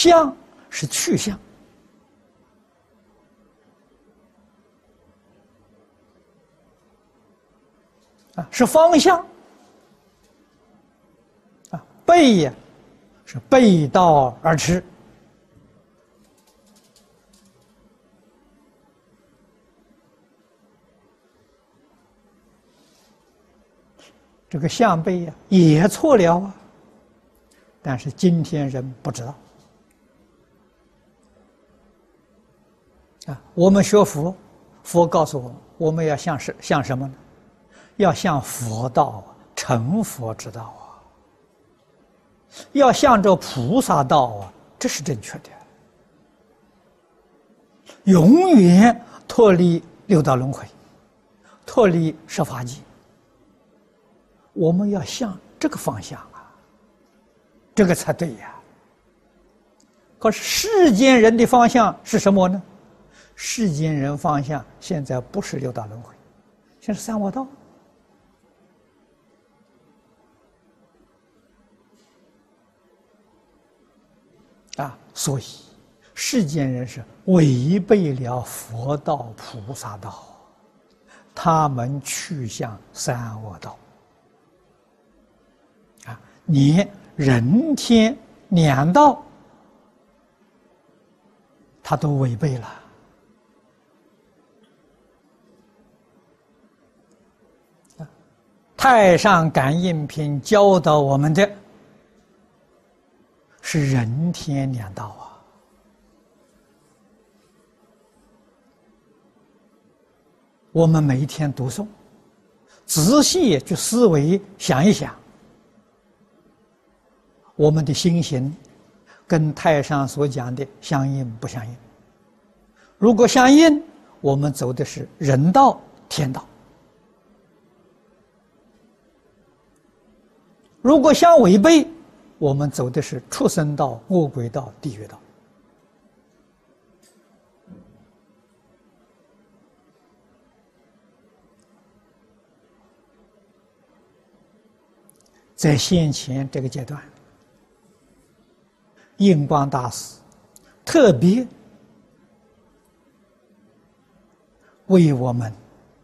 向是去向，是方向，背呀是背道而驰。这个向背呀也错了啊，但是今天人不知道我们学佛，佛告诉我们，我们要向什么呢？要向佛道成佛之道要向着菩萨道这是正确的，永远脱离六道轮回，脱离十法界。我们要向这个方向这个才对呀。可是世间人的方向是什么呢？世间人方向现在不是六道轮回，现在是三恶道。所以世间人是违背了佛道、菩萨道，他们去向三恶道连人天两道他都违背了太上感应篇教导我们的是人天两道我们每一天读诵，仔细去思维想一想，我们的心行跟太上所讲的相应不相应？如果相应，我们走的是人道、天道；如果相违背，我们走的是畜生道、恶鬼道、地狱道。在先前这个阶段，印光大师特别为我们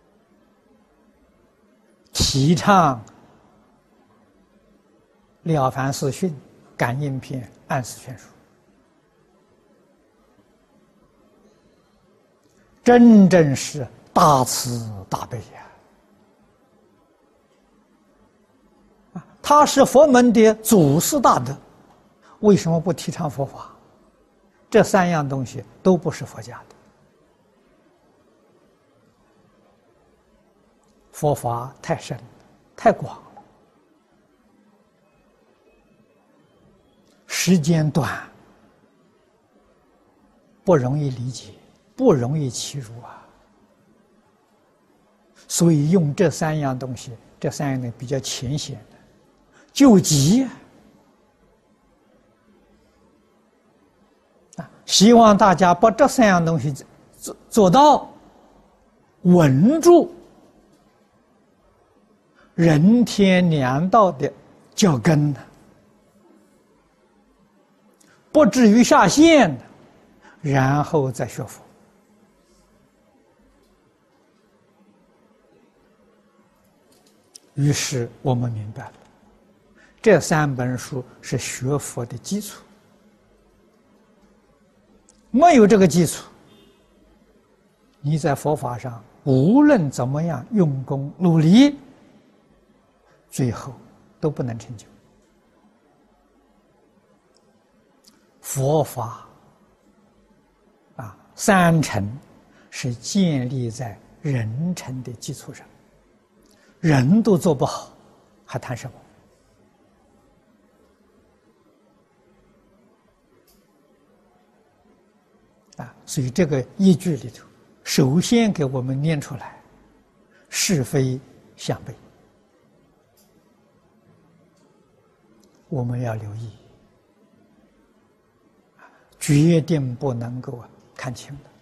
提倡《了凡四训》《感应篇》《安世全书》，真正是大慈大悲他是佛门的祖师大德，为什么不提倡佛法？这三样东西都不是佛家的。佛法太深太广了，时间短，不容易理解，不容易契入所以用这三样东西，这三样呢比较浅显的救急希望大家把这三样东西做到，稳住人天两道的脚跟不至于下线，然后再学佛。于是我们明白了，这三本书是学佛的基础。没有这个基础，你在佛法上无论怎么样用功努力，最后都不能成就。佛法三乘是建立在人乘的基础上，人都做不好，还谈什么？所以这个依据里头，首先给我们念出来，是非相悖，我们要留意，决定不能够看轻的。